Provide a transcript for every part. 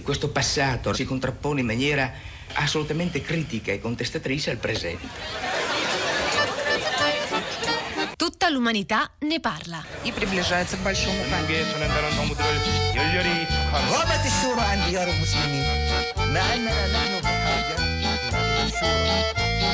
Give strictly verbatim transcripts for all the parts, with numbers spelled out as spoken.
questo passato si contrappone in maniera assolutamente critica e contestatrice al presente. Tutta l'umanità ne parla. И приближается к большому камню. غابت الشورى عن ديار المسلمين مع أننا نحن بحاجة إلى الشورى.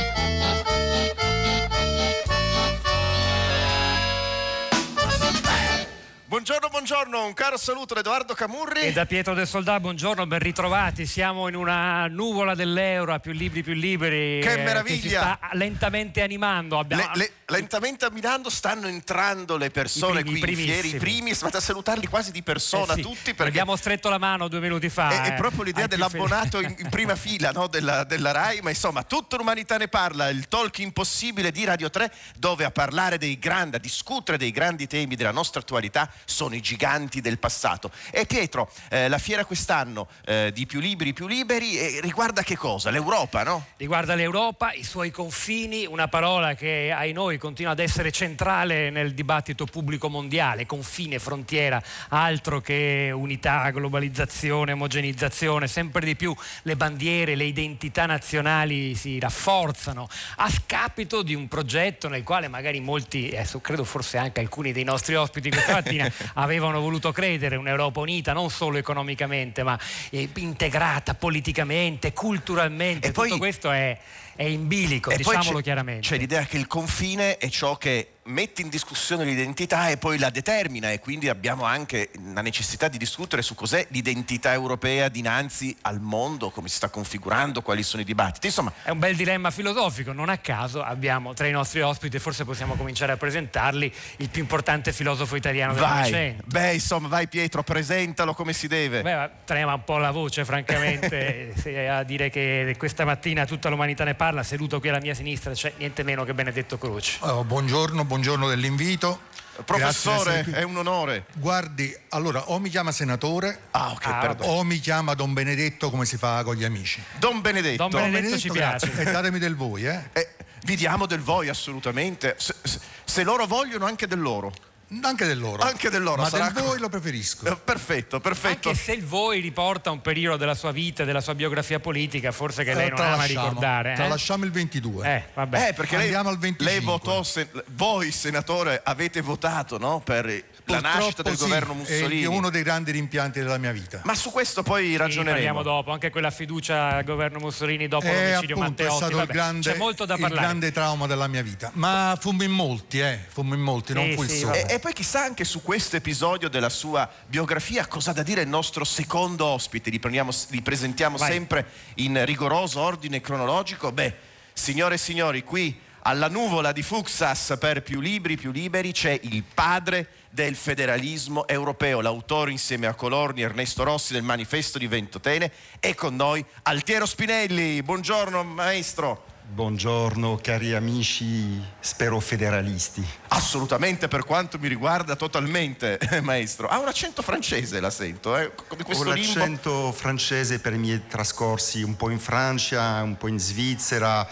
Buongiorno, buongiorno, un caro saluto da Edoardo Camurri e da Pietro del Soldà. Buongiorno, ben ritrovati. Siamo in una nuvola dell'euro, a più libri più liberi. Che eh, meraviglia! Che si sta lentamente animando. Abbiamo... le, le, lentamente animando stanno entrando le persone I primi, qui in fiera, i primi, fate a salutarli quasi di persona, eh sì, tutti, perché abbiamo stretto la mano due minuti fa. È, eh, è proprio l'idea dell'abbonato in, in prima fila, no? della, della Rai, ma insomma tutta l'umanità ne parla, il talk impossibile di Radio tre, dove a parlare dei grandi, a discutere dei grandi temi della nostra attualità sono i giganti del passato. E Pietro, eh, la fiera quest'anno eh, di Più Libri Più Liberi eh, riguarda che cosa? L'Europa, no? Riguarda l'Europa, i suoi confini, una parola che ai noi continua ad essere centrale nel dibattito pubblico mondiale. Confine, frontiera, altro che unità, globalizzazione, omogenizzazione. Sempre di più le bandiere, le identità nazionali si rafforzano a scapito di un progetto nel quale magari molti, eh, credo forse anche alcuni dei nostri ospiti questa mattina avevano voluto credere, un'Europa unita non solo economicamente ma eh, integrata politicamente, culturalmente. E tutto poi, questo è, è in bilico, e diciamolo poi chiaramente. C'è l'idea che il confine è ciò che mette in discussione l'identità e poi la determina, e quindi abbiamo anche la necessità di discutere su cos'è l'identità europea dinanzi al mondo, come si sta configurando, quali sono i dibattiti. Insomma, è un bel dilemma filosofico. Non a caso abbiamo tra i nostri ospiti, forse possiamo cominciare a presentarli, il più importante filosofo italiano del Novecento. Beh, insomma, vai Pietro, presentalo come si deve. Beh, trema un po' la voce, francamente, se a dire che questa mattina tutta l'umanità ne parla. Seduto qui alla mia sinistra c'è niente meno che Benedetto Croce. Oh, buongiorno, buongiorno dell'invito. Professore, è un onore. Guardi, allora, o mi chiama senatore, ah, ok, ah, o mi chiama Don Benedetto, come si fa con gli amici. Don Benedetto. Don Benedetto, Don Benedetto ci piace. E datemi del voi, eh. eh vi diamo del voi, assolutamente. Se, se, se loro vogliono, anche del loro. Anche del loro. Anche del loro. Ma sarà del voi lo preferisco. Eh, perfetto, perfetto. Anche se il voi riporta un periodo della sua vita, della sua biografia politica, forse che lei eh, non ama ricordare. Tralasciamo eh? il ventidue. Eh, vabbè. Eh, perché Andiamo lei, al venticinque. Lei votò, se, voi senatore avete votato, no? Per la Purtroppo nascita del sì, governo Mussolini. È uno dei grandi rimpianti della mia vita. Ma su questo poi sì, ragioneremo. Parliamo dopo, anche quella fiducia al governo Mussolini dopo eh, l'omicidio appunto, Matteotti. è stato vabbè, il grande, c'è molto da parlare. Il grande trauma della mia vita. Ma fummo in molti, eh, fummo in molti, sì, non fu il sì, solo. E, e poi chissà anche su questo episodio della sua biografia cosa ha da dire il nostro secondo ospite. Li, prendiamo, li presentiamo Vai. sempre in rigoroso ordine cronologico. Beh, signore e signori, qui alla nuvola di Fuxas per Più Libri Più Liberi c'è il padre del federalismo europeo, l'autore insieme a Colorni, Ernesto Rossi del Manifesto di Ventotene, e con noi Altiero Spinelli. Buongiorno maestro. Buongiorno cari amici, spero federalisti. Assolutamente, per quanto mi riguarda totalmente, maestro. Ha un accento francese, la sento, eh? Come questo Ho limbo. l'accento francese per i miei trascorsi un po' in Francia, un po' in Svizzera,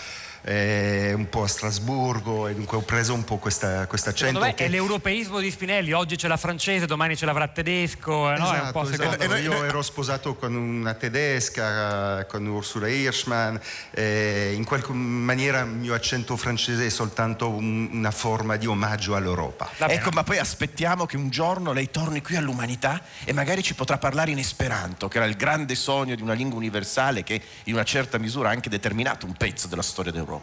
eh, un po' a Strasburgo, e dunque ho preso un po' questa accento. Secondo me che... è l'europeismo di Spinelli. Oggi c'è la francese, domani ce l'avrà tedesco, eh, no? Esatto, È un po' esatto. secondo... Io ero sposato con una tedesca, con Ursula Hirschman, eh, in qualche maniera il mio accento francese è soltanto un, una forma di omaggio all'Europa. Ecco, ma poi aspettiamo che un giorno lei torni qui all'Umanità e magari ci potrà parlare in esperanto, che era il grande sogno di una lingua universale che in una certa misura ha anche determinato un pezzo della storia d'Europa.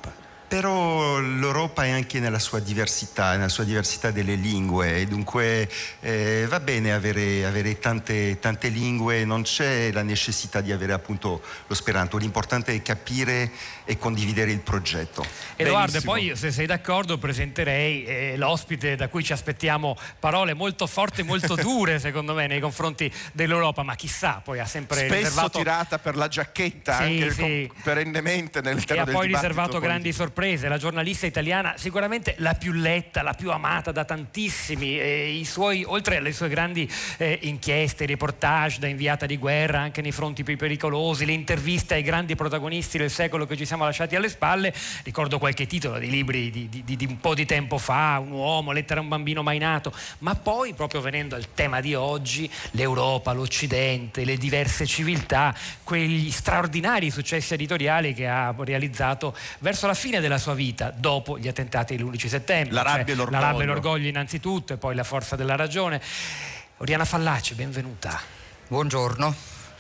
Però l'Europa è anche nella sua diversità, nella sua diversità delle lingue, e dunque eh, va bene avere, avere tante, tante lingue, non c'è la necessità di avere appunto lo speranto, l'importante è capire e condividere il progetto. Edoardo, poi se sei d'accordo presenterei eh, l'ospite da cui ci aspettiamo parole molto forti, molto dure secondo me nei confronti dell'Europa, ma chissà, poi ha sempre spesso riservato... tirata per la giacchetta, sì, anche sì. perennemente nel e tema ha del poi dibattito riservato politico. grandi sorprese sorprese, la giornalista italiana sicuramente la più letta, la più amata da tantissimi, e i suoi, oltre alle sue grandi eh, inchieste, reportage da inviata di guerra anche nei fronti più pericolosi, le interviste ai grandi protagonisti del secolo che ci siamo lasciati alle spalle. Ricordo qualche titolo di libri di, di, di un po' di tempo fa, Un uomo, Lettera a un bambino mai nato, ma poi, proprio venendo al tema di oggi, l'Europa, l'Occidente, le diverse civiltà, quegli straordinari successi editoriali che ha realizzato verso la fine della sua vita, dopo gli attentati dell'undici settembre. La rabbia cioè, e l'orgoglio. La rabbia e l'orgoglio innanzitutto, e poi La forza della ragione. Oriana Fallaci, benvenuta. Buongiorno.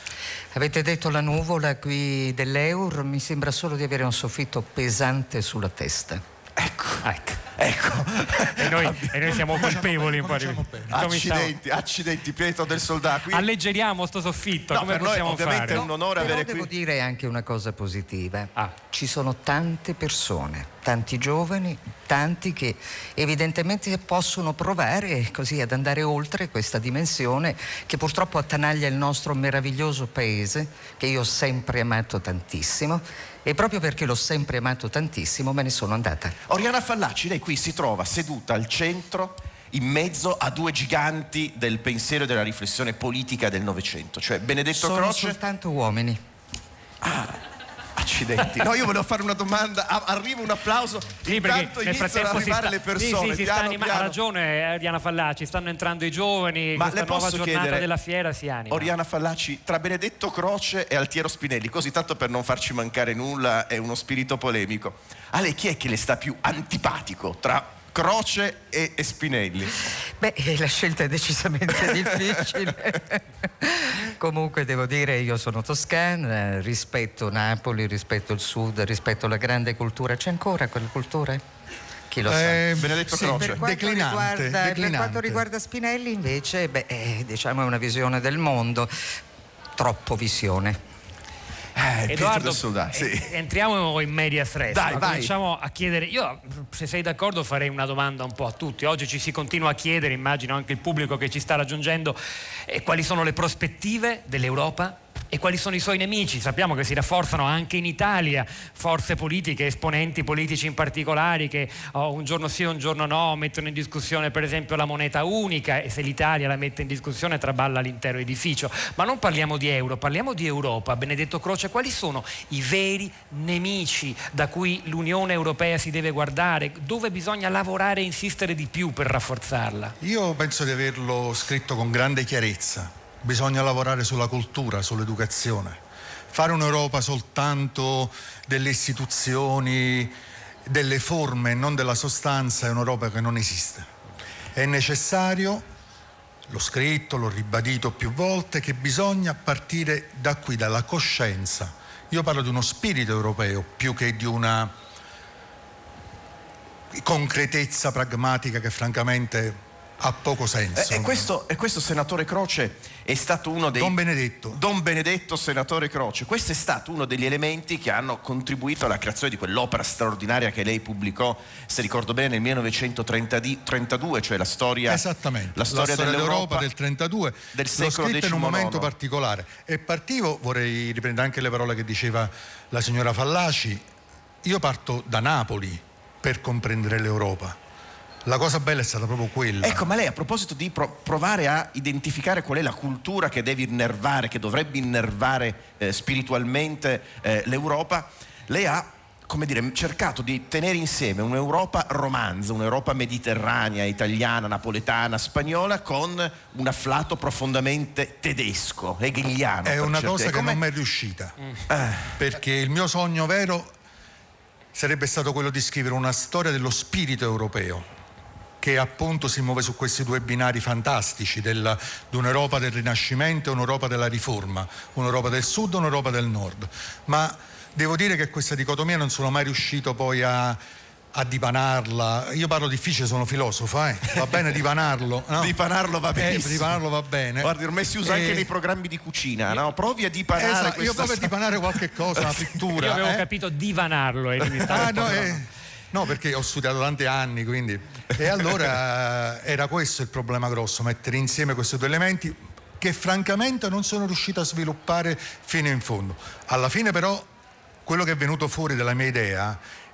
Avete detto la nuvola qui dell'Eur, mi sembra solo di avere un soffitto pesante sulla testa. Ecco. Ecco. Ecco. E noi, e noi siamo colpevoli un po' di... Accidenti, accidenti, Pietro del Soldà. Qui... Alleggeriamo sto soffitto, no, come per possiamo noi ovviamente fare? è un onore Però avere devo qui. dire anche una cosa positiva. Ah. Ci sono tante persone, tanti giovani, tanti che evidentemente possono provare così ad andare oltre questa dimensione che purtroppo attanaglia il nostro meraviglioso paese, che io ho sempre amato tantissimo, e proprio perché l'ho sempre amato tantissimo me ne sono andata. Oriana Fallaci, lei qui si trova seduta al centro, in mezzo a due giganti del pensiero e della riflessione politica del Novecento, cioè Benedetto Sono Croce. soltanto uomini. Ah, accidenti. No, io volevo fare una domanda. Ah, arriva un applauso. Sì, perché Intanto nel iniziano frattempo ad si arrivare sta, le persone. sì, sì, si piano, sta anima- piano. ha ragione Oriana Fallaci, stanno entrando i giovani, Ma questa le nuova posso giornata chiedere, della fiera si anima. Oriana Fallaci, tra Benedetto Croce e Altiero Spinelli, così tanto per non farci mancare nulla, è uno spirito polemico. A lei chi è che le sta più antipatico tra Croce e, e Spinelli? Beh, la scelta è decisamente difficile. Comunque devo dire, io sono toscana, rispetto Napoli, rispetto il sud, rispetto la grande cultura. C'è ancora quella cultura? Chi lo Eh, sa? Benedetto sì, Croce. Per quanto, declinante, riguarda, per declinante. quanto riguarda Spinelli invece, beh, eh, diciamo è una visione del mondo, troppo visione. Eh, Pietro Edoardo, del Soldà, sì. eh, entriamo in medias res. Dai, ma vai. Cominciamo a chiedere. Io, se sei d'accordo, farei una domanda un po' a tutti. Oggi ci si continua a chiedere, immagino anche il pubblico che ci sta raggiungendo, eh, quali sono le prospettive dell'Europa e quali sono i suoi nemici. Sappiamo che si rafforzano anche in Italia forze politiche, esponenti politici in particolare, che oh, un giorno sì, un giorno no, mettono in discussione per esempio la moneta unica, e se l'Italia la mette in discussione traballa l'intero edificio. Ma non parliamo di euro, parliamo di Europa. Benedetto Croce, quali sono i veri nemici da cui l'Unione Europea si deve guardare, dove bisogna lavorare e insistere di più per rafforzarla? Io penso di averlo scritto con grande chiarezza. Bisogna lavorare sulla cultura, sull'educazione. Fare un'Europa soltanto delle istituzioni, delle forme e non della sostanza è un'Europa che non esiste. È necessario, l'ho scritto, l'ho ribadito più volte, che bisogna partire da qui, dalla coscienza. Io parlo di uno spirito europeo più che di una concretezza pragmatica che francamente ha poco senso. Eh, e, questo, e questo senatore Croce è stato uno dei... Don Benedetto. Don Benedetto, senatore Croce. Questo è stato uno degli elementi che hanno contribuito alla creazione di quell'opera straordinaria che lei pubblicò, se ricordo bene, nel millenovecentotrentadue, cioè la storia... Esattamente. La storia, la storia dell'Europa d'Europa del trentadue. del L'ho secolo scritta in un momento diciannove. particolare. E partivo, vorrei riprendere anche le parole che diceva la signora Fallaci, io parto da Napoli per comprendere l'Europa. La cosa bella è stata proprio quella. Ecco, ma lei, a proposito di pro- provare a identificare qual è la cultura che deve innervare, che dovrebbe innervare eh, spiritualmente eh, l'Europa, lei ha, come dire, cercato di tenere insieme un'Europa romanza, un'Europa mediterranea, italiana, napoletana, spagnola, con un afflato profondamente tedesco, hegeliano. È per una certi- cosa che come- non mi è riuscita. Eh. Perché il mio sogno vero sarebbe stato quello di scrivere una storia dello spirito europeo, che appunto si muove su questi due binari fantastici della, di un'Europa del Rinascimento e un'Europa della Riforma, un'Europa del Sud e un'Europa del Nord. Ma devo dire che questa dicotomia non sono mai riuscito poi a, a dipanarla. Io parlo difficile, sono filosofo, eh? Va bene dipanarlo, no? Dipanarlo va benissimo. Eh, dipanarlo va bene. Guardi, ormai si usa Eh, anche nei programmi di cucina, no? Provi a dipanare esatto, questa io provo a dipanare qualche cosa, una pittura. Io avevo eh? capito divanarlo e mi stavo Ah, un po' no, trovando. eh, no, perché ho studiato tanti anni, quindi. E allora eh, era questo il problema grosso, mettere insieme questi due elementi che francamente non sono riuscito a sviluppare fino in fondo. Alla fine però quello che è venuto fuori dalla mia idea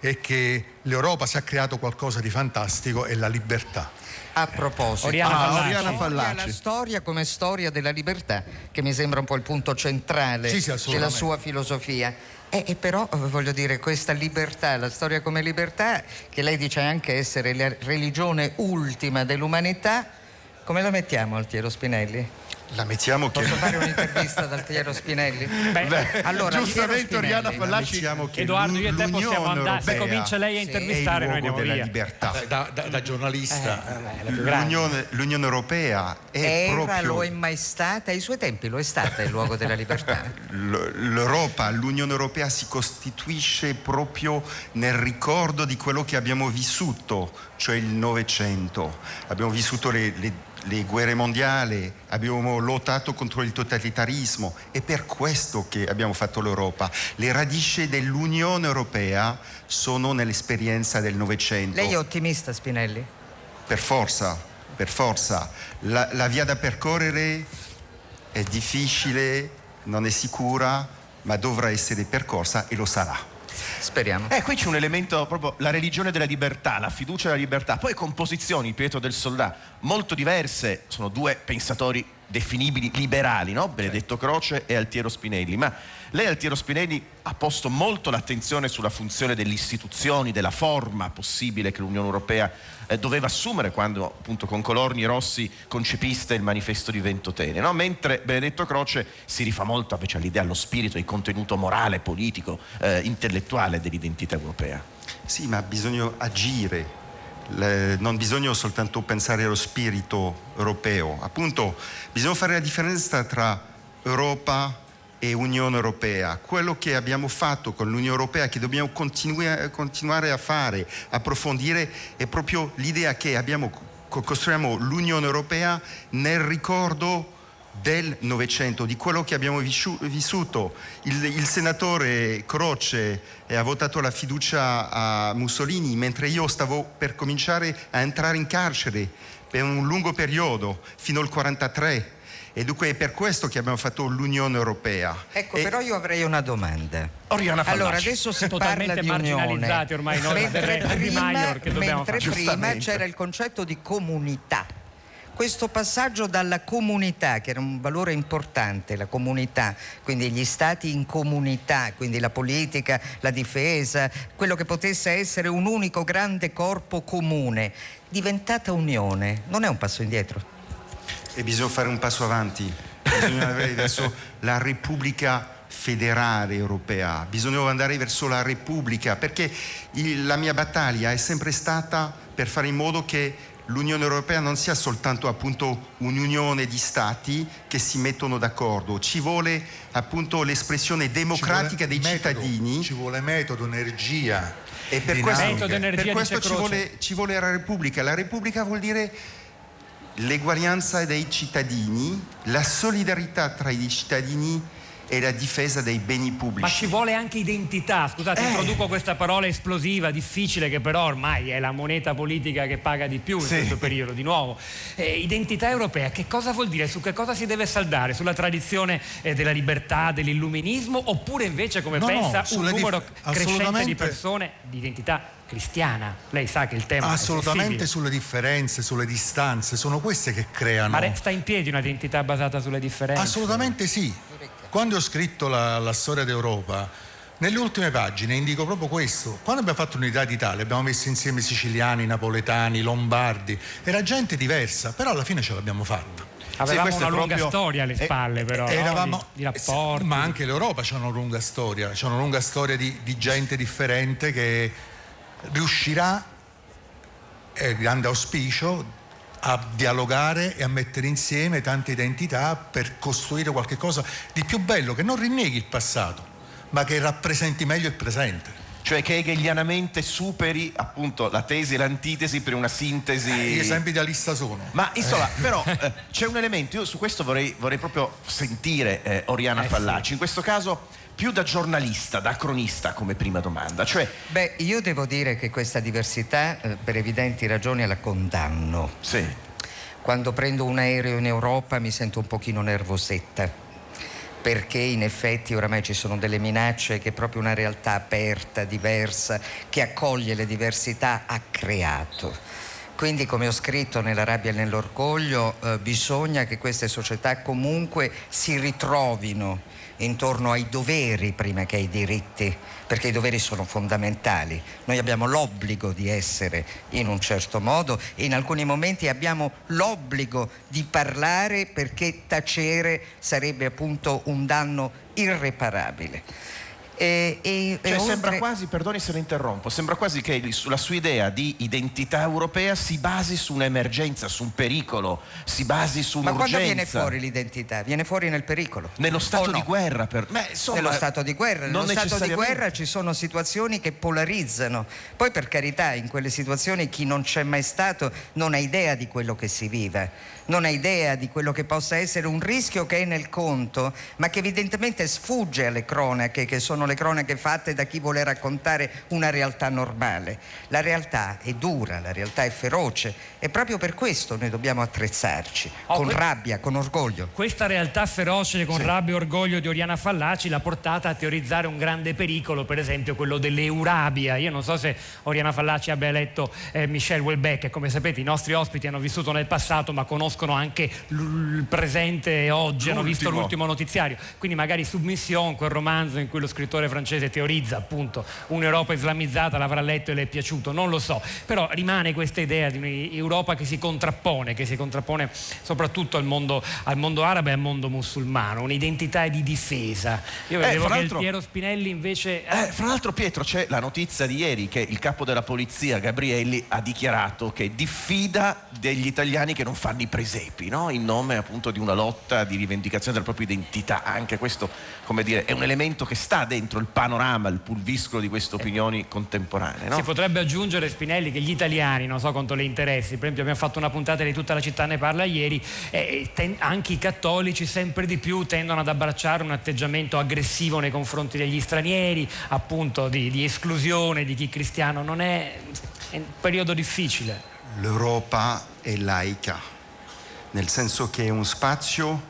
è che l'Europa si è creato qualcosa di fantastico, è la libertà. A proposito, Oriana ah, Fallaci. Oriana Fallaci. la storia come storia della libertà, che mi sembra un po' il punto centrale Sì, sì, della assolutamente. sua filosofia. E, e però, eh, voglio dire, questa libertà, la storia come libertà, che lei dice anche essere la religione ultima dell'umanità, come la mettiamo Altiero Spinelli? La mettiamo che... Posso fare un'intervista ad Altiero Spinelli? Beh, Allora, giustamente Altiero Oriana Spinelli, Fallaci. mettiamo che Edoardo, io e te l'Unione possiamo andare. Se Europea comincia lei a Sì. intervistare, è noi il luogo andiamo della via. libertà. Da, da- da giornalista. Eh, la più grande. L'Unione, l'Unione Europea è Era, proprio... lo è mai stata, ai suoi tempi lo è stata il luogo della libertà. L- L'Europa, l'Unione Europea si costituisce proprio nel ricordo di quello che abbiamo vissuto, cioè il Novecento. Abbiamo vissuto le, le- le guerre mondiali, abbiamo lottato contro il totalitarismo, è per questo che abbiamo fatto l'Europa. Le radici dell'Unione Europea sono nell'esperienza del Novecento. Lei è ottimista, Spinelli? Per forza, per forza. La, la via da percorrere è difficile, non è sicura, ma dovrà essere percorsa e lo sarà. Speriamo. Eh, qui c'è un elemento proprio, la religione della libertà, la fiducia nella libertà, poi composizioni, Pietro del Soldà, molto diverse, sono due pensatori definibili liberali, no? Benedetto Croce e Altiero Spinelli, ma lei, Altiero Spinelli, ha posto molto l'attenzione sulla funzione delle istituzioni, della forma possibile che l'Unione Europea eh, doveva assumere quando appunto con Colorni e Rossi concepiste il manifesto di Ventotene, no? Mentre Benedetto Croce si rifà molto invece all'idea, allo spirito, al contenuto morale, politico, eh, intellettuale dell'identità europea. Sì, ma bisogna agire. Le- non bisogna soltanto pensare allo spirito europeo. Appunto, bisogna fare la differenza tra Europa e Unione Europea. Quello che abbiamo fatto con l'Unione Europea, che dobbiamo continua- continuare a fare, approfondire, è proprio l'idea che abbiamo, co- costruiamo l'Unione Europea nel ricordo del Novecento, di quello che abbiamo vissu- vissuto. Il, il senatore Croce eh, ha votato la fiducia a Mussolini mentre io stavo per cominciare a entrare in carcere per un lungo periodo, fino al quarantatré. E dunque è per questo che abbiamo fatto l'Unione Europea. Ecco, E- però io avrei una domanda. Oriana Fallaci. Allora, adesso si Totalmente parla di unione. marginalizzati ormai noi, mentre del re di prima, Maior che dobbiamo mentre fare. prima Giustamente. c'era il concetto di comunità. Questo passaggio dalla comunità, che era un valore importante, la comunità, quindi gli stati in comunità, quindi la politica, la difesa, quello che potesse essere un unico grande corpo comune, diventata unione, non è un passo indietro? E bisogna fare un passo avanti, bisogna andare verso la Repubblica federale europea, bisogna andare verso la Repubblica, perché il- la mia battaglia è sempre stata per fare in modo che l'Unione Europea non sia soltanto appunto un'unione di stati che si mettono d'accordo, ci vuole appunto l'espressione democratica dei Ci vuole metodo, cittadini. ci vuole metodo, energia. E per dinamica. questo, Metodo, energia, per questo dice ci, Croce. vuole, ci vuole la Repubblica. La Repubblica vuol dire l'eguaglianza dei cittadini, la solidarietà tra i cittadini e la difesa dei beni pubblici. Ma ci vuole anche identità. Scusate, Eh. introduco questa parola esplosiva, difficile, che però ormai è la moneta politica che paga di più in Sì. questo periodo, di nuovo. Eh, identità europea, che cosa vuol dire? Su che cosa si deve saldare? Sulla tradizione eh, della libertà, dell'illuminismo, oppure invece, come No, no, pensa un sulle dif- numero crescente di assolutamente. persone, di identità cristiana? Lei sa che il tema Assolutamente, è sensibile. sulle differenze, sulle distanze, sono queste che creano. Ma resta in piedi un'identità basata sulle differenze? Assolutamente sì. Quando ho scritto la, la storia d'Europa, nelle ultime pagine indico proprio questo. Quando abbiamo fatto l'unità d'Italia, abbiamo messo insieme siciliani, napoletani, lombardi, era gente diversa, però alla fine ce l'abbiamo fatta. Avevamo questo una è lunga proprio- storia alle eh, spalle, però, no? Eravamo, di, di rapporti. ma anche l'Europa c'ha una lunga storia, c'è una lunga storia di, di gente differente che riuscirà, è grande auspicio, a dialogare e a mettere insieme tante identità per costruire qualche cosa di più bello, che non rinneghi il passato, ma che rappresenti meglio il presente. Cioè che hegelianamente superi appunto la tesi e l'antitesi per una sintesi. Gli esempi da lista sono. Ma insomma, però eh, c'è un elemento, io su questo vorrei, vorrei proprio sentire eh, Oriana Eh, Fallaci, in questo caso più da giornalista, da cronista come prima domanda, cioè Beh, io devo dire che questa diversità, eh, per evidenti ragioni, la condanno. sì, Quando prendo un aereo in Europa mi sento un pochino nervosetta, perché in effetti oramai ci sono delle minacce che proprio una realtà aperta, diversa, che accoglie le diversità ha creato. Quindi, come ho scritto nella rabbia e nell'orgoglio, eh, bisogna che queste società comunque si ritrovino intorno ai doveri prima che ai diritti, perché i doveri sono fondamentali. Noi abbiamo l'obbligo di essere in un certo modo e in alcuni momenti abbiamo l'obbligo di parlare, perché tacere sarebbe appunto un danno irreparabile. E, e, cioè, e sembra oltre... quasi, perdoni se la interrompo, sembra quasi che il- la sua idea di identità europea si basi su un'emergenza, su un pericolo, si basi su Ma un'urgenza. quando viene fuori l'identità? Viene fuori nel pericolo. Nello stato O no? di guerra. Per... Beh, insomma, Nello stato di guerra, non nello stato di necessariamente. guerra ci sono situazioni che polarizzano. Poi, per carità, in quelle situazioni chi non c'è mai stato non ha idea di quello che si vive, non ha idea di quello che possa essere un rischio che è nel conto, ma che evidentemente sfugge alle cronache, che sono le cronache fatte da chi vuole raccontare una realtà normale. La realtà è dura, la realtà è feroce, e proprio per questo noi dobbiamo attrezzarci, Oh, con que- rabbia, con orgoglio. Questa realtà feroce con rabbia e orgoglio di Oriana Fallaci l'ha portata a teorizzare un grande pericolo, per esempio quello dell'Eurabia. Io non so se Oriana Fallaci abbia letto eh, Michel Houellebecq, e come sapete i nostri ospiti hanno vissuto nel passato ma conoscono anche l- il presente e oggi, hanno visto L'ultimo. l'ultimo notiziario, quindi magari Submission, quel romanzo in cui lo scrittore francese teorizza appunto un'Europa islamizzata, l'avrà letto e le è piaciuto, non lo so, però rimane questa idea di un'Europa che si contrappone, che si contrappone soprattutto al mondo, al mondo arabo e al mondo musulmano, un'identità di difesa. Io Eh, vedevo fra che l'altro- il Piero Spinelli invece... Eh, fra l'altro, Pietro, c'è la notizia di ieri che il capo della polizia, Gabrielli, ha dichiarato che diffida degli italiani che non fanno i presepi, no? In nome appunto di una lotta di rivendicazione della propria identità. Anche questo, come dire, è un elemento che sta dentro il panorama, il pulviscolo di queste opinioni contemporanee, no? Si potrebbe aggiungere, Spinelli, che gli italiani, non so quanto le interessi, per esempio abbiamo fatto una puntata di Tutta la città ne parla ieri, e ten- anche i cattolici sempre di più tendono ad abbracciare un atteggiamento aggressivo nei confronti degli stranieri, appunto di, di esclusione di chi cristiano non è, è un periodo difficile. L'Europa è laica, nel senso che è un spazio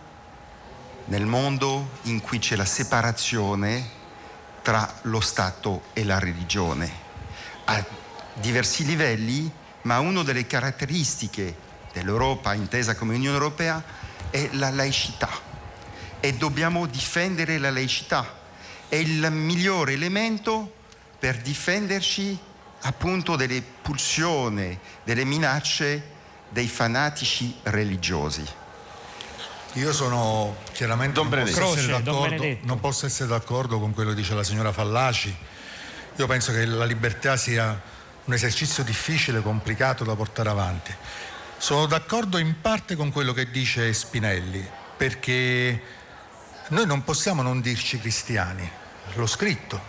nel mondo in cui c'è la separazione tra lo Stato e la religione, a diversi livelli, ma una delle caratteristiche dell'Europa intesa come Unione Europea è la laicità, e dobbiamo difendere la laicità. È il migliore elemento per difenderci appunto delle pulsioni, delle minacce dei fanatici religiosi. Io sono chiaramente Don non posso, Benedetto. essere Croce, Don d'accordo, Benedetto. non posso essere d'accordo con quello che dice la signora Fallaci. Io penso che la libertà sia un esercizio difficile, complicato da portare avanti. Sono d'accordo in parte con quello che dice Spinelli, perché noi non possiamo non dirci cristiani, l'ho scritto.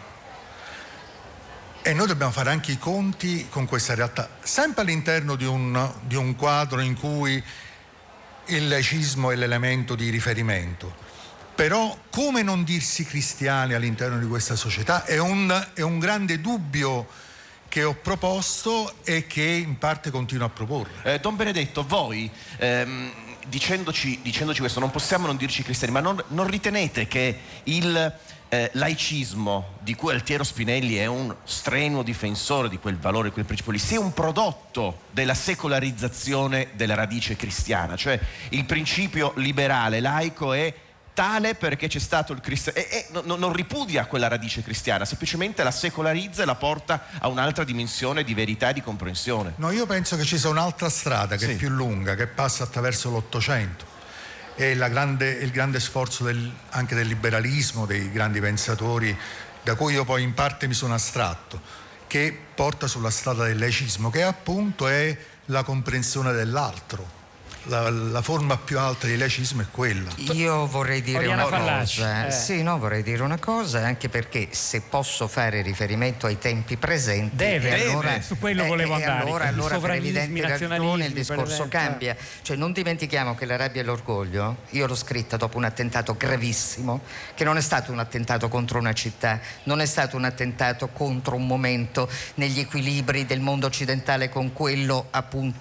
E noi dobbiamo fare anche i conti con questa realtà, sempre all'interno di un, di un quadro in cui il laicismo è l'elemento di riferimento. Però come non dirsi cristiani all'interno di questa società è un, è un grande dubbio che ho proposto e che in parte continuo a proporre. Eh, Don Benedetto, voi ehm, dicendoci, dicendoci questo, non possiamo non dirci cristiani, ma non, non ritenete che il eh, laicismo di cui Altiero Spinelli è un strenuo difensore di quel valore, quel principio lì, sia un prodotto della secolarizzazione della radice cristiana? Cioè il principio liberale, laico è tale perché c'è stato il cristianesimo e, e no, non ripudia quella radice cristiana, semplicemente la secolarizza e la porta a un'altra dimensione di verità e di comprensione. No, io penso che ci sia un'altra strada che Sì. è più lunga, che passa attraverso l'Ottocento. È la grande, il grande sforzo del, anche del liberalismo, dei grandi pensatori, da cui io poi in parte mi sono astratto, che porta sulla strada del laicismo, che appunto è la comprensione dell'altro. La, la forma più alta di laicismo è quella. Io vorrei dire Oriana una Fallaci, cosa, eh. sì, no, vorrei dire una cosa, anche perché se posso fare riferimento ai tempi presenti, Deve, e deve, allora, su quello eh, volevo e andare, allora, i allora per sovranismi, evidente ragione nazionalismi, il per discorso esempio. cambia. Cioè non dimentichiamo che La rabbia e l'orgoglio, io l'ho scritta dopo un attentato gravissimo, che non è stato un attentato contro una città, non è stato un attentato contro un momento negli equilibri del mondo occidentale con quello appunto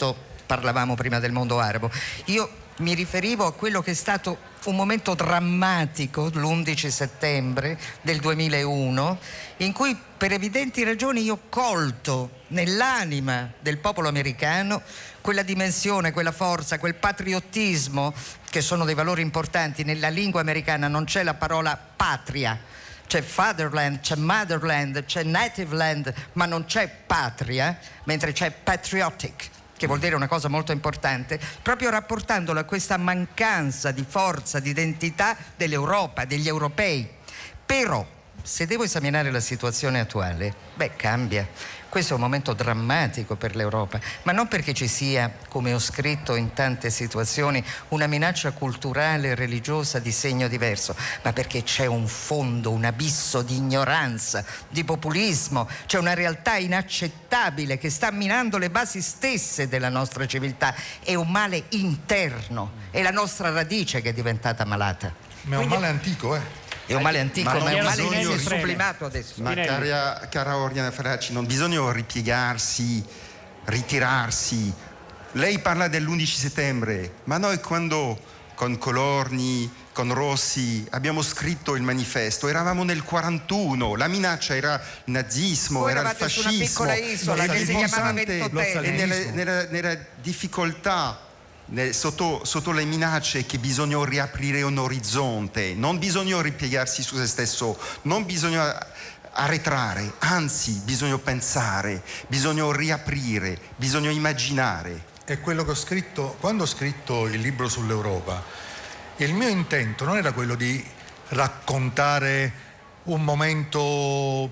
parlavamo prima del mondo arabo. Io mi riferivo a quello che è stato un momento drammatico, l'undici settembre del duemilauno, in cui per evidenti ragioni io ho colto nell'anima del popolo americano quella dimensione, quella forza, quel patriottismo, che sono dei valori importanti. Nella lingua americana non c'è la parola patria, c'è fatherland, c'è motherland, c'è native land, ma non c'è patria, mentre c'è patriotic, che vuol dire una cosa molto importante, proprio rapportandolo a questa mancanza di forza, di identità dell'Europa, degli europei. Però, se devo esaminare la situazione attuale, beh, cambia. Questo è un momento drammatico per l'Europa, ma non perché ci sia, come ho scritto in tante situazioni, una minaccia culturale e religiosa di segno diverso, ma perché c'è un fondo, un abisso di ignoranza, di populismo, c'è una realtà inaccettabile che sta minando le basi stesse della nostra civiltà. È un male interno, è la nostra radice che è diventata malata. Ma è un male antico, eh? È un male antico, ma ma, è un male bisogno- che si è sublimato adesso. Ma cara, cara Oriana Fallaci, non bisogna ripiegarsi, ritirarsi. Lei parla dell'undici settembre, ma noi quando con Colorni, con Rossi abbiamo scritto il manifesto, eravamo nel quarantuno, la minaccia era il nazismo, Voi era il eravate su una fascismo. piccola isola e che si chiamava Ventotene. e nella, nella, nella difficoltà, nel- sotto, sotto le minacce, che bisogna riaprire un orizzonte, non bisogna ripiegarsi su se stesso, non bisogna arretrare, anzi bisogna pensare, bisogna riaprire, bisogna immaginare. È quello che ho scritto quando ho scritto il libro sull'Europa. Il mio intento non era quello di raccontare un momento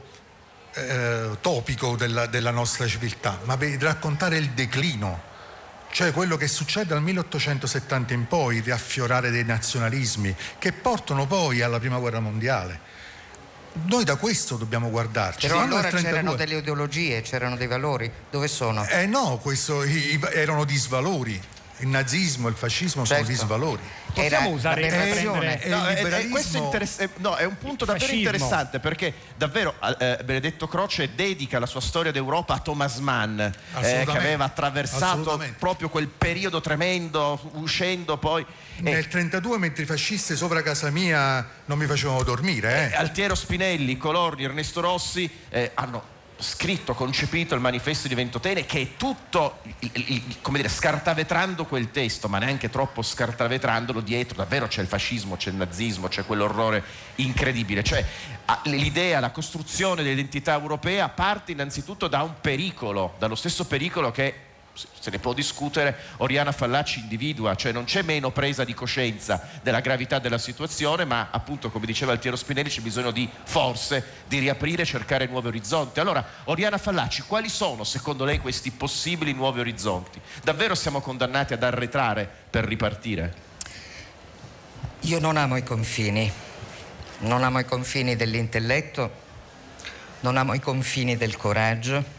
eh, topico della, della nostra civiltà, ma di raccontare il declino, cioè quello che succede dal milleottocentosettanta in poi, il riaffiorare dei nazionalismi che portano poi alla prima guerra mondiale. Noi da questo dobbiamo guardarci. Però Quando allora nel c'erano trentadue delle ideologie, c'erano dei valori. Dove sono? Eh no, questo, i- i- erano disvalori. Il nazismo e il fascismo sono Certo. disvalori. Possiamo Era usare la per perversione. prendere- No, il è- è- liberalismo- questo è, interess- è- no, è un punto davvero fascismo. interessante, perché davvero eh, Benedetto Croce dedica la sua storia d'Europa a Thomas Mann, eh, che Assolutamente. aveva attraversato Assolutamente. proprio quel periodo tremendo, uscendo poi. e- Nel trentadue, mentre i fascisti sopra casa mia non mi facevano dormire, eh. Altiero Spinelli, Colorni, Ernesto Rossi eh, hanno scritto, concepito il manifesto di Ventotene, che è tutto, il, il- il- come dire, scartavetrando quel testo, ma neanche troppo scartavetrandolo. Dietro davvero c'è il fascismo, c'è il nazismo, c'è quell'orrore incredibile. Cioè ah, l'idea, la costruzione dell'identità europea parte innanzitutto da un pericolo, dallo stesso pericolo che, se ne può discutere, Oriana Fallaci individua, cioè non c'è meno presa di coscienza della gravità della situazione, ma appunto, come diceva Altiero Spinelli, c'è bisogno di forse di riaprire e cercare nuovi orizzonti. Allora, Oriana Fallaci, quali sono secondo lei questi possibili nuovi orizzonti? Davvero siamo condannati ad arretrare per ripartire? Io non amo i confini, non amo i confini dell'intelletto, non amo i confini del coraggio.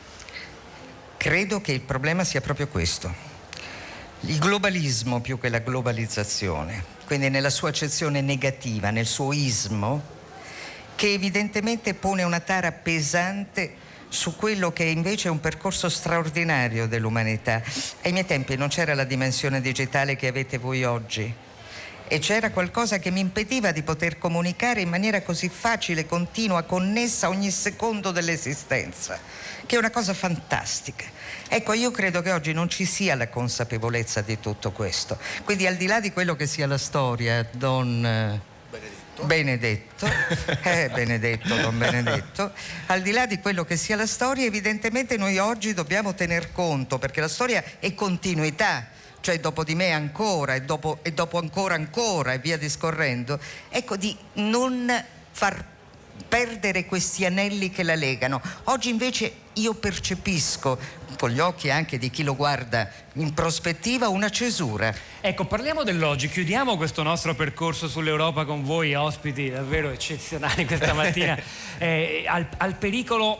Credo che il problema sia proprio questo. Il globalismo più che la globalizzazione, quindi nella sua accezione negativa, nel suo ismo, che evidentemente pone una tara pesante su quello che invece è un percorso straordinario dell'umanità. Ai miei tempi non c'era la dimensione digitale che avete voi oggi, e c'era qualcosa che mi impediva di poter comunicare in maniera così facile, continua, connessa ogni secondo dell'esistenza, che è una cosa fantastica. Ecco, io credo che oggi non ci sia la consapevolezza di tutto questo. Quindi, al di là di quello che sia la storia, Don eh, Benedetto, eh, Benedetto, Don Benedetto, al di là di quello che sia la storia, evidentemente noi oggi dobbiamo tener conto, perché la storia è continuità, cioè dopo di me ancora e dopo, e dopo ancora ancora e via discorrendo, ecco, di non far perdere questi anelli che la legano. Oggi invece io percepisco, con gli occhi anche di chi lo guarda in prospettiva, una cesura. Ecco, parliamo dell'oggi, chiudiamo questo nostro percorso sull'Europa con voi, ospiti davvero eccezionali questa mattina, eh, al, al pericolo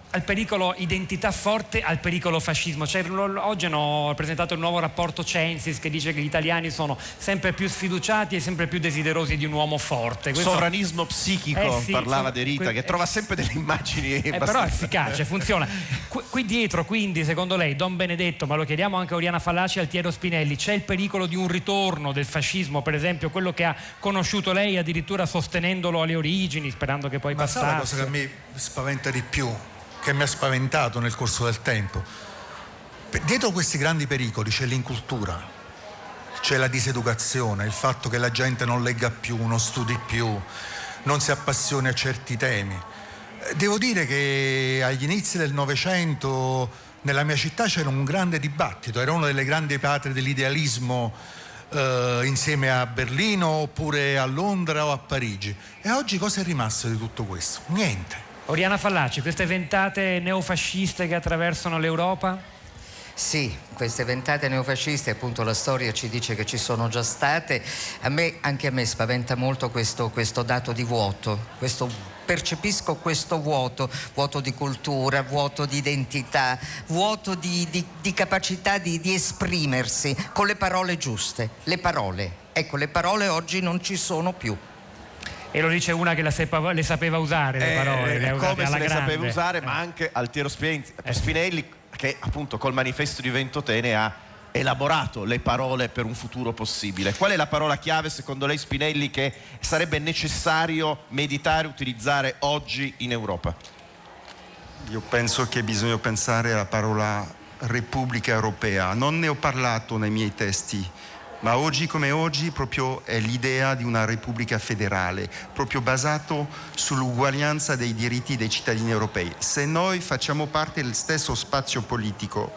al pericolo identità forte, al pericolo fascismo. Cioè, oggi hanno presentato il nuovo rapporto Censis che dice che gli italiani sono sempre più sfiduciati e sempre più desiderosi di un uomo forte. Questo... Sovranismo psichico, eh sì, parlava so, De Rita, que- che trova sempre delle immagini eh, abbastanza... però è efficace, funziona. Qui, qui dietro, quindi, secondo lei, Don Benedetto, ma lo chiediamo anche a Oriana Fallaci e Altiero Spinelli, c'è il pericolo di un ritorno del fascismo, per esempio quello che ha conosciuto lei, addirittura sostenendolo alle origini, sperando che poi Ma passasse? sa la cosa che a me spaventa di più, che mi ha spaventato nel corso del tempo? Dietro questi grandi pericoli c'è l'incultura, c'è la diseducazione, il fatto che la gente non legga più, non studi più, non si appassioni a certi temi. Devo dire che agli inizi del Novecento nella mia città c'era un grande dibattito, era una delle grandi patrie dell'idealismo eh, insieme a Berlino oppure a Londra o a Parigi. E oggi cosa è rimasto di tutto questo? Niente. Oriana Fallaci, queste ventate neofasciste che attraversano l'Europa? Sì, queste ventate neofasciste, appunto la storia ci dice che ci sono già state. A me, anche a me spaventa molto questo, questo dato di vuoto, questo, percepisco questo vuoto, vuoto di cultura, vuoto di identità, vuoto di, di, di capacità di, di esprimersi con le parole giuste, le parole. Ecco, le parole oggi non ci sono più. E lo dice una che la sepa, le sapeva usare le parole, eh, le ha usate come alla se le grande. sapeva usare, eh. ma anche Altiero Spinelli, Eh. Spinelli che appunto col manifesto di Ventotene ha elaborato le parole per un futuro possibile. Qual è la parola chiave secondo lei, Spinelli, che sarebbe necessario meditare e utilizzare oggi in Europa? Io penso che bisogna pensare alla parola Repubblica Europea. Non ne ho parlato nei miei testi, ma oggi come oggi proprio è l'idea di una Repubblica federale, proprio basato sull'uguaglianza dei diritti dei cittadini europei. Se noi facciamo parte del stesso spazio politico,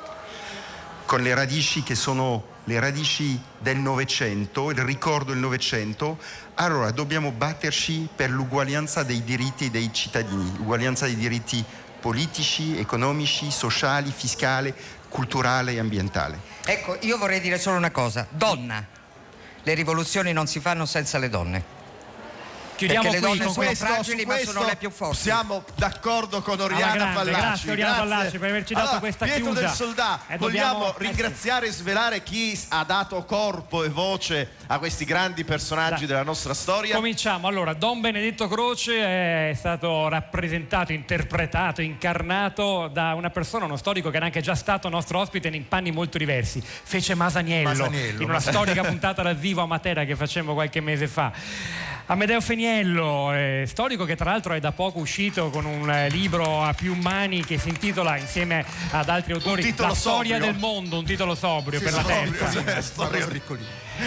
con le radici che sono le radici del Novecento, il ricordo del Novecento, allora dobbiamo batterci per l'uguaglianza dei diritti dei cittadini, uguaglianza dei diritti politici, economici, sociali, fiscali, culturale e ambientale. Ecco, io vorrei dire solo una cosa. Donna. Le rivoluzioni non si fanno senza le donne. Chiudiamo Perché le qui donne con sono questo. fragili, ma sono le più forti. Siamo d'accordo con Oriana grande, Fallaci. grazie Oriana Fallaci per averci dato allora, questa Pietro chiusa. del Soldà, Eh, vogliamo dobbiamo- ringraziare e svelare chi ha dato corpo e voce a questi grandi personaggi Dai. della nostra storia. Cominciamo. Allora, Don Benedetto Croce è stato rappresentato, interpretato, incarnato da una persona, uno storico che era anche già stato nostro ospite in panni molto diversi. Fece Masaniello, Masaniello, in una Masaniello. storica puntata dal vivo a Matera che facemmo qualche mese fa. Amedeo Feniello, eh, storico che tra l'altro è da poco uscito con un eh, libro a più mani che si intitola, insieme ad altri autori, titolo La storia sobrio. del mondo, un titolo sobrio Sì, per la sobrio, terza. sì, Eh, una cosa piccolina.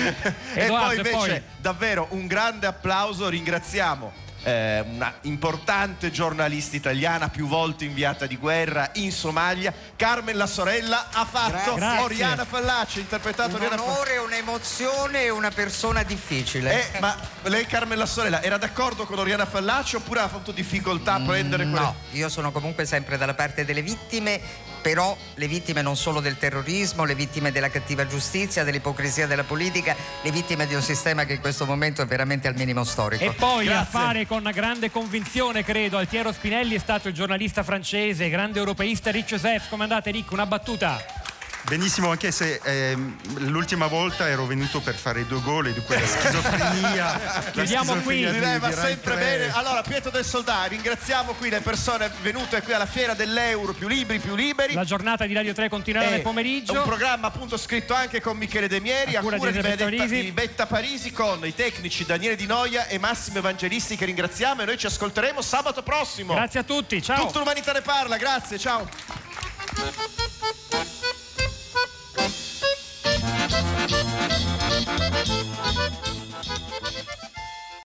E Edoardo, poi e invece poi- davvero un grande applauso, ringraziamo eh, una importante giornalista italiana più volte inviata di guerra in Somalia, Carmen La Sorella, ha fatto Grazie. Oriana Fallaci, interpretato Un Oriana Fallaci. onore, un'emozione e una persona difficile. Eh, ma lei, Carmen La Sorella, era d'accordo con Oriana Fallaci oppure ha avuto difficoltà a prendere quelle... No, io sono comunque sempre dalla parte delle vittime, però le vittime non solo del terrorismo, le vittime della cattiva giustizia, dell'ipocrisia della politica, le vittime di un sistema che in questo momento è veramente al minimo storico. E poi a Grazie. fare con grande convinzione, credo, Altiero Spinelli è stato il giornalista francese, grande europeista Rick Joseph. Come andate, Rick? Una battuta. Benissimo, anche se ehm, l'ultima volta ero venuto per fare due gol e di quella schizofrenia. la Chiudiamo qui. schizofrenia di- Direi va di Rai sempre tre. bene. Allora, Pietro del Soldà, ringraziamo qui le persone venute qui alla fiera dell'Euro, più libri, più liberi. La giornata di Radio tre continuerà È nel pomeriggio. un programma appunto scritto anche con Michele De Mieri, A a cura cura di di Elisabetta Benedetta, Parisi. di Betta Parisi, con i tecnici Daniele Di Noia e Massimo Evangelisti, che ringraziamo, e noi ci ascolteremo sabato prossimo. Grazie a tutti, ciao. Tutta l'umanità ne parla, grazie, ciao.